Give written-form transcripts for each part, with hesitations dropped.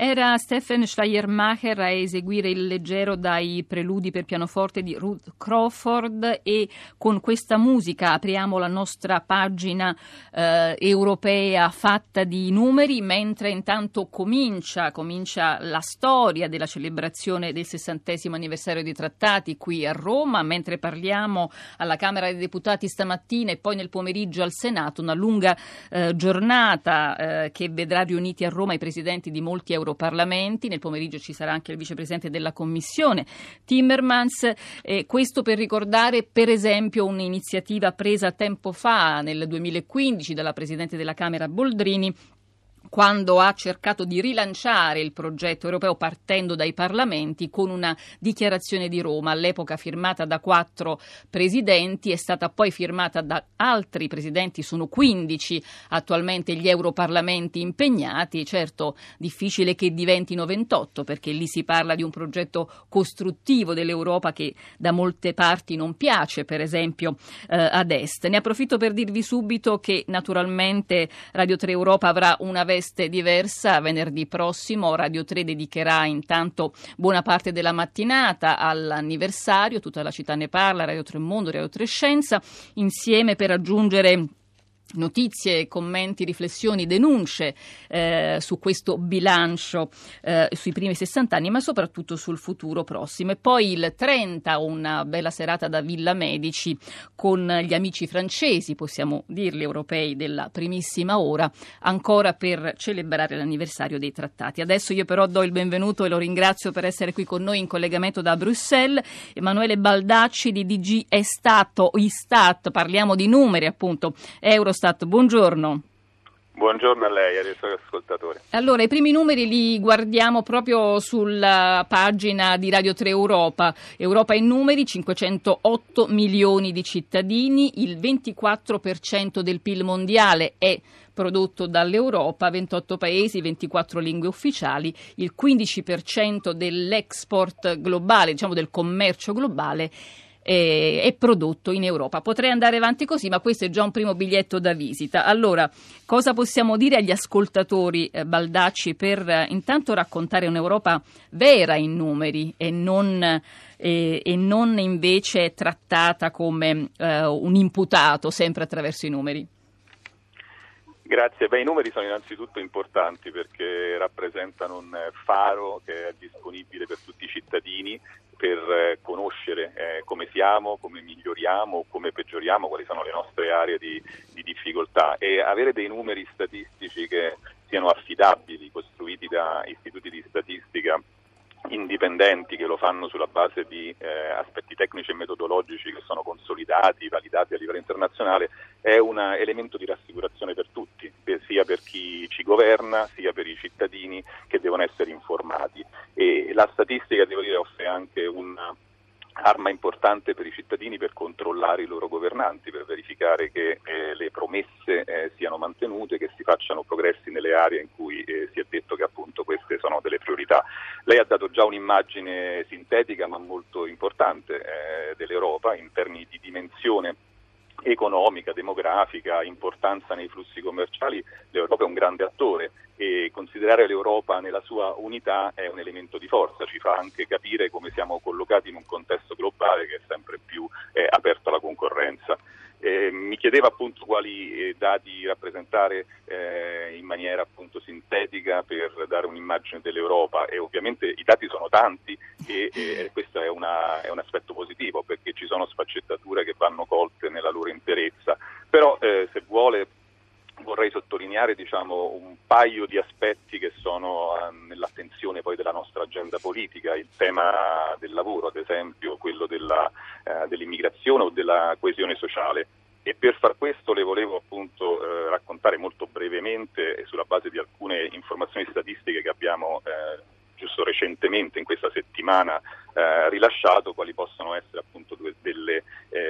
Era Stephen Schleiermacher a eseguire il leggero dai preludi per pianoforte di Ruth Crawford, e con questa musica apriamo la nostra pagina europea fatta di numeri, mentre intanto comincia la storia della celebrazione del 60° anniversario dei trattati qui a Roma. Mentre parliamo alla Camera dei Deputati stamattina e poi nel pomeriggio al Senato, una lunga giornata che vedrà riuniti a Roma i presidenti di molti europarlamenti. Nel pomeriggio ci sarà anche il vicepresidente della Commissione Timmermans, questo per ricordare per esempio un'iniziativa presa tempo fa nel 2015 dalla presidente della Camera Boldrini, quando ha cercato di rilanciare il progetto europeo partendo dai parlamenti con una dichiarazione di Roma, all'epoca firmata da 4 presidenti, è stata poi firmata da altri presidenti, sono 15 attualmente gli europarlamenti impegnati. Certo, difficile che diventino 28, perché lì si parla di un progetto costruttivo dell'Europa che da molte parti non piace, per esempio ad est. Ne approfitto per dirvi subito che naturalmente Radio 3 Europa avrà una veste diversa venerdì prossimo. Radio 3 dedicherà intanto buona parte della mattinata all'anniversario, tutta la città ne parla, Radio 3 Mondo, Radio 3 Scienza, insieme per aggiungere notizie, commenti, riflessioni, denunce su questo bilancio sui primi 60 anni, ma soprattutto sul futuro prossimo. E poi il 30 una bella serata da Villa Medici con gli amici francesi, possiamo dirli, europei della primissima ora, ancora per celebrare l'anniversario dei trattati. Adesso io però do il benvenuto e lo ringrazio per essere qui con noi in collegamento da Bruxelles, Emanuele Baldacci di DG Istat, parliamo di numeri appunto, Eurostat. Buongiorno. Buongiorno a lei e ai suoi ascoltatori. Allora, i primi numeri li guardiamo proprio sulla pagina di Radio 3 Europa. Europa in numeri: 508 milioni di cittadini, il 24% del PIL mondiale è prodotto dall'Europa, 28 paesi, 24 lingue ufficiali, il 15% dell'export globale, diciamo del commercio globale, è prodotto in Europa. Potrei andare avanti così, ma questo è già un primo biglietto da visita. Allora, cosa possiamo dire agli ascoltatori, Baldacci, per intanto raccontare un'Europa vera in numeri e non invece trattata come un imputato sempre attraverso i numeri? Grazie. I numeri sono innanzitutto importanti perché rappresentano un faro che è disponibile per tutti i cittadini per conoscere come siamo, come miglioriamo, come peggioriamo, quali sono le nostre aree di difficoltà, e avere dei numeri statistici che siano affidabili, costruiti da istituti di statistica indipendenti che lo fanno sulla base di aspetti tecnici e metodologici che sono consolidati, validati a livello internazionale, è un elemento di rassicurazione per tutti, sia per chi ci governa, sia per i cittadini che devono essere informati. E la statistica, devo dire, offre anche un'arma importante per i cittadini per controllare i loro governanti, per verificare che le promesse siano mantenute, che si facciano progressi nelle aree in cui si è detto che appunto queste sono delle priorità. Lei ha dato già un'immagine sintetica ma molto importante dell'Europa in termini di dimensione economica, demografica, importanza nei flussi commerciali. L'Europa è un grande attore e considerare l'Europa nella sua unità è un elemento di forza, ci fa anche capire come siamo collocati in un contesto globale che è sempre più aperto alla concorrenza. Mi chiedeva appunto quali dati rappresentare in maniera appunto sintetica per dare un'immagine dell'Europa, e ovviamente i dati sono tanti e questo è un aspetto positivo perché ci sono sfaccettature che vanno colte nella loro interezza, però se vuole vorrei sottolineare un paio di aspetti che sono nell'attenzione poi della nostra agenda politica: il tema del lavoro, ad esempio, quello dell'immigrazione o della coesione sociale. E per far questo le volevo appunto raccontare molto brevemente, sulla base di alcune informazioni statistiche che abbiamo giusto recentemente in questa settimana rilasciato, quali possono essere appunto delle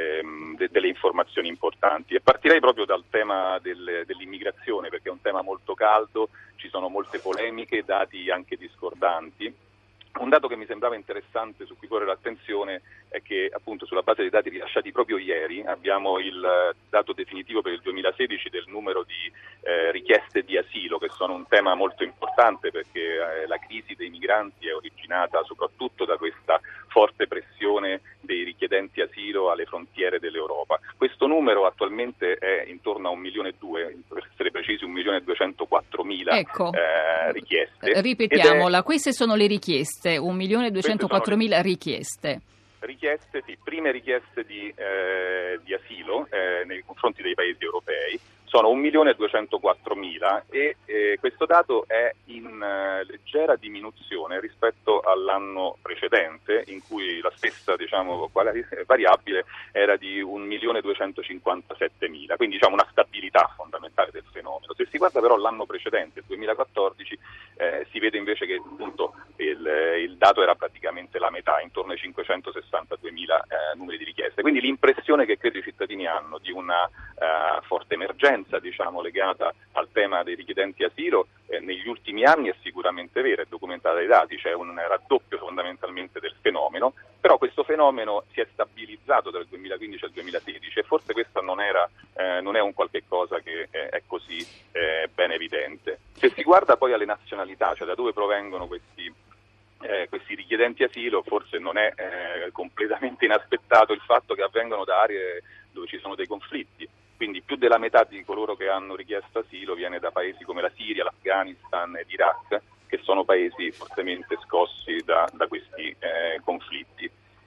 informazioni importanti. E partirei proprio dal tema dell'immigrazione, perché è un tema molto caldo, ci sono molte polemiche, dati anche discordanti. Un dato che mi sembrava interessante, su cui porre l'attenzione, è che appunto sulla base dei dati rilasciati proprio ieri abbiamo il dato definitivo per il 2016 del numero di richieste di asilo, che sono un tema molto importante perché la crisi dei migranti è originata soprattutto da questa forte pressione dei richiedenti asilo alle frontiere dell'Europa. Questo numero attualmente è intorno a 1,2 milioni, per essere precisi 1.204.000 Ecco, richieste. ripetiamola, queste sono le richieste, 1.204.000 richieste. Richieste, sì, prime richieste di asilo nei confronti dei paesi europei. Sono 1.204.000 e questo dato è in leggera diminuzione rispetto all'anno precedente, in cui la stessa variabile era di 1.257.000, quindi una stabilità fondamentale del fenomeno. Se si guarda però l'anno precedente, il 2014, si vede invece che appunto il dato era praticamente la metà, intorno ai 562.000 numeri di richieste. Quindi l'impressione che credo i cittadini hanno di una forte emergenza legata al tema dei richiedenti asilo negli ultimi anni è sicuramente vera, è documentata dai dati, c'è un raddoppio fondamentalmente del fenomeno, però questo fenomeno si è stabilizzato dal 2015 al 2016 e forse questa non è un qualche cosa che è così ben evidente. Se si guarda poi alle nazionalità, cioè da dove provengono questi richiedenti asilo, forse non è completamente inaspettato il fatto che avvengono da aree dove ci sono dei conflitti. Quindi più della metà di coloro che hanno richiesto asilo viene da paesi come la Siria, l'Afghanistan e l'Iraq, che sono paesi fortemente scossi da questi conflitti.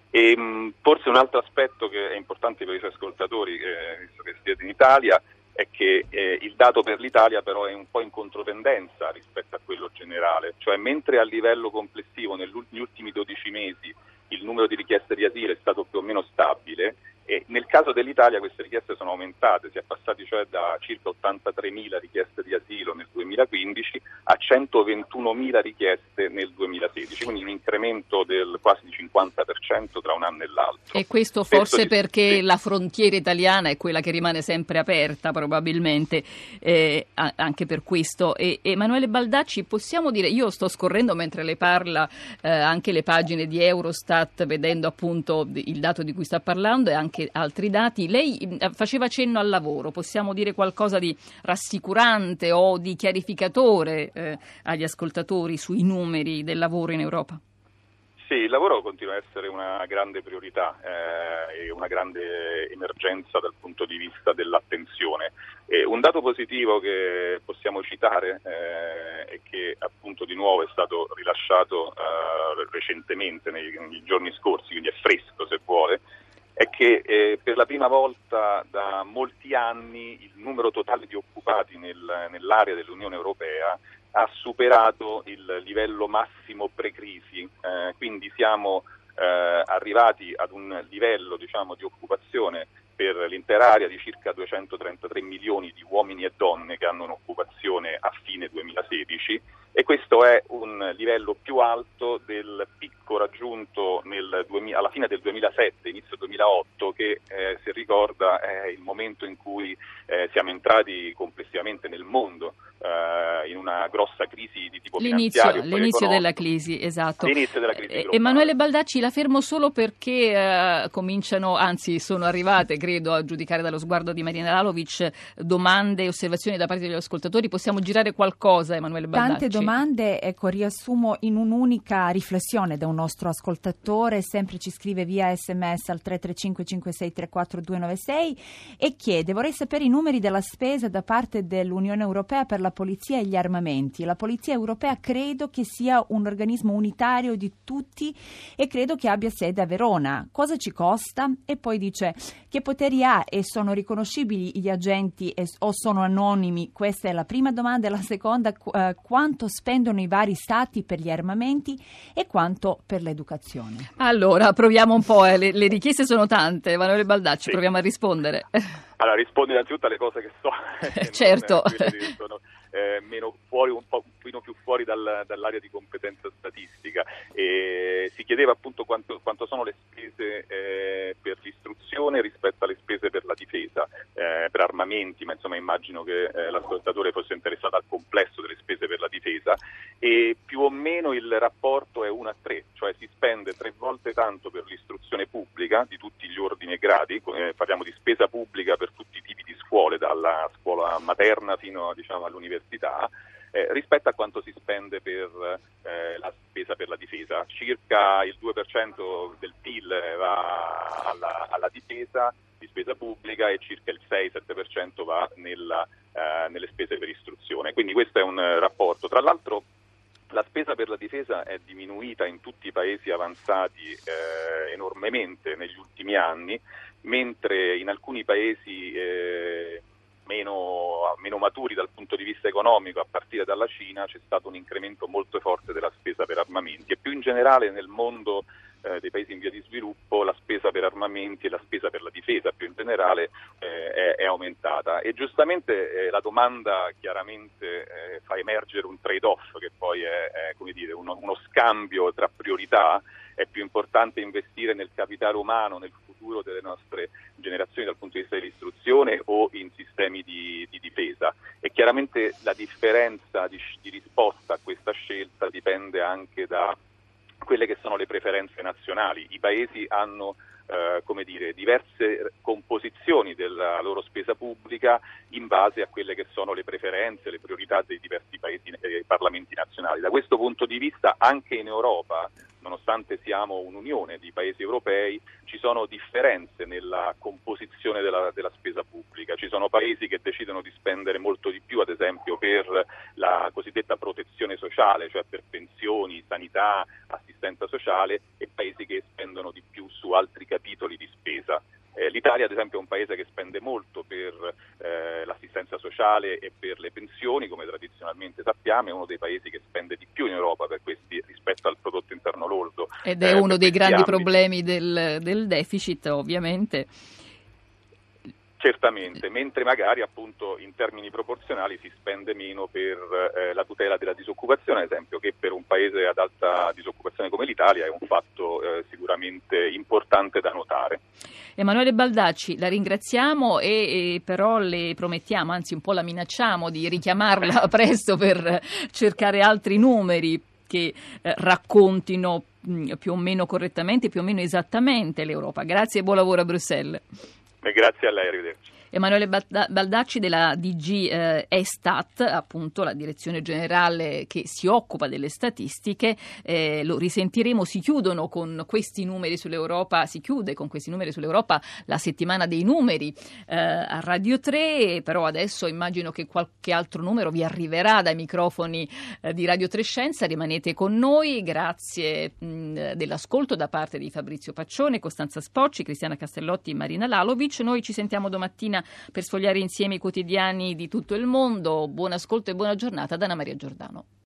E forse un altro aspetto che è importante per i suoi ascoltatori, visto che siete in Italia, è che il dato per l'Italia però è un po' in controtendenza rispetto a quello generale, cioè mentre a livello complessivo negli ultimi 12 mesi il numero di richieste di asilo è stato più o meno stabile, e nel caso dell'Italia queste richieste sono aumentate, si è passati cioè da circa 83.000 richieste di asilo nel 2015 a 121.000 richieste nel 2016, quindi un incremento del quasi di 50% tra un anno e l'altro. E questo forse perché la frontiera italiana è quella che rimane sempre aperta, probabilmente, anche per questo. E Emanuele Baldacci, possiamo dire, io sto scorrendo mentre lei parla anche le pagine di Eurostat, vedendo appunto il dato di cui sta parlando e anche altri dati. Lei faceva cenno al lavoro, possiamo dire qualcosa di rassicurante o di chiarificatore agli ascoltatori sui numeri del lavoro in Europa? Sì, il lavoro continua a essere una grande priorità e una grande emergenza dal punto di vista dell'attenzione. Un dato positivo che possiamo citare e che appunto di nuovo è stato rilasciato recentemente nei giorni scorsi, quindi è fresco se vuole, è che per la prima volta da molti anni il numero totale di occupati nell'area dell'Unione Europea ha superato il livello massimo pre-crisi, quindi siamo arrivati ad un livello di occupazione per l'intera area di circa 233 milioni di uomini e donne che hanno un'occupazione a fine 2016, e questo è un livello più alto del picco raggiunto alla fine del 2007, inizio 2008, che se ricorda è il momento in cui siamo entrati complessivamente nel mondo in una grossa crisi di tipo finanziario. L'inizio della crisi, esatto. L'inizio della crisi globale. Emanuele Baldacci, la fermo solo perché sono arrivate, credo, a giudicare dallo sguardo di Marina Lalovic, domande e osservazioni da parte degli ascoltatori. Possiamo girare qualcosa, Emanuele Baldacci? Tante domande, riassumo in un'unica riflessione da un nostro ascoltatore, sempre ci scrive via SMS al 335 5634 296 e chiede: vorrei sapere i numeri della spesa da parte dell'Unione Europea per la polizia e gli armamenti. La polizia europea credo che sia un organismo unitario di tutti e credo che abbia sede a Verona. Cosa ci costa? E poi dice: che poteri ha e sono riconoscibili gli agenti o sono anonimi? Questa è la prima domanda. E la seconda, quanto spendono i vari stati per gli armamenti e quanto per l'educazione? Allora, proviamo un po', le richieste sono tante. Emanuele Baldacci, sì. Proviamo a rispondere. Allora, rispondo innanzitutto alle cose che so. Certo. Sono meno fuori, un pochino più fuori dall'area di competenza statistica. Si chiedeva appunto quanto sono le spese per l'istruzione rispetto alle spese per la difesa, per armamenti armamenti, ma insomma immagino che l'ascoltatore fosse interessato al complesso delle spese per la difesa, e più o meno il rapporto è 1-3, cioè si spende 3 volte tanto per l'istruzione pubblica di tutti gli ordini e gradi, parliamo di spesa pubblica per tutti i tipi di scuole, dalla scuola materna fino all'università, rispetto a quanto si spende per la spesa per la difesa. Circa il 2% del PIL va alla difesa di spesa pubblica e circa il 6-7% va nelle spese per istruzione. Quindi questo è un rapporto. Tra l'altro la spesa per la difesa è diminuita in tutti i paesi avanzati enormemente negli ultimi anni, mentre in alcuni paesi meno maturi dal punto di vista economico, a partire dalla Cina, c'è stato un incremento molto forte della spesa per armamenti, e più in generale nel mondo dei paesi in via di sviluppo la spesa per armamenti e la spesa per la difesa più in generale è aumentata, e giustamente la domanda chiaramente fa emergere un trade-off che poi è come dire, uno scambio tra priorità. È più importante investire nel capitale umano, nel futuro delle nostre generazioni dal punto di vista dell'istruzione, o in sistemi di difesa? E chiaramente la differenza di risposta a questa scelta dipende anche da quelle che sono le preferenze nazionali. I paesi hanno diverse composizioni della loro spesa pubblica in base a quelle che sono le preferenze, le priorità dei diversi paesi e parlamenti nazionali. Da questo punto di vista anche in Europa, nonostante siamo un'unione di paesi europei, ci sono differenze nella composizione della spesa pubblica. Ci sono paesi che decidono di spendere molto di più, ad esempio, per la cosiddetta protezione sociale, cioè per pensioni, sanità, assistenza sociale, e paesi che spendono di più su altri capitoli di spesa. L'Italia, ad esempio, è un paese che spende molto per l'assistenza sociale e per le pensioni, come tradizionalmente sappiamo, è uno dei paesi che spende di più in Europa per questi rispetto al prodotto interno lordo. Ed è uno dei grandi problemi del deficit, ovviamente. Certamente, mentre magari appunto in termini proporzionali si spende meno per la tutela della disoccupazione, ad esempio, che per un paese ad alta disoccupazione come l'Italia è un fatto sicuramente importante da notare. Emanuele Baldacci, la ringraziamo e però le promettiamo, anzi un po' la minacciamo di richiamarla presto per cercare altri numeri che raccontino più o meno correttamente, più o meno esattamente l'Europa. Grazie e buon lavoro a Bruxelles. Grazie a lei, arrivederci. Emanuele Baldacci della DG Estat, appunto la direzione generale che si occupa delle statistiche, lo risentiremo. Si chiude con questi numeri sull'Europa la settimana dei numeri a Radio 3, però adesso immagino che qualche altro numero vi arriverà dai microfoni di Radio 3 Scienza. Rimanete con noi, grazie dell'ascolto da parte di Fabrizio Paccione, Costanza Spocci, Cristiana Castellotti e Marina Lalovic. Noi ci sentiamo domattina per sfogliare insieme i quotidiani di tutto il mondo. Buon ascolto e buona giornata da Anna Maria Giordano.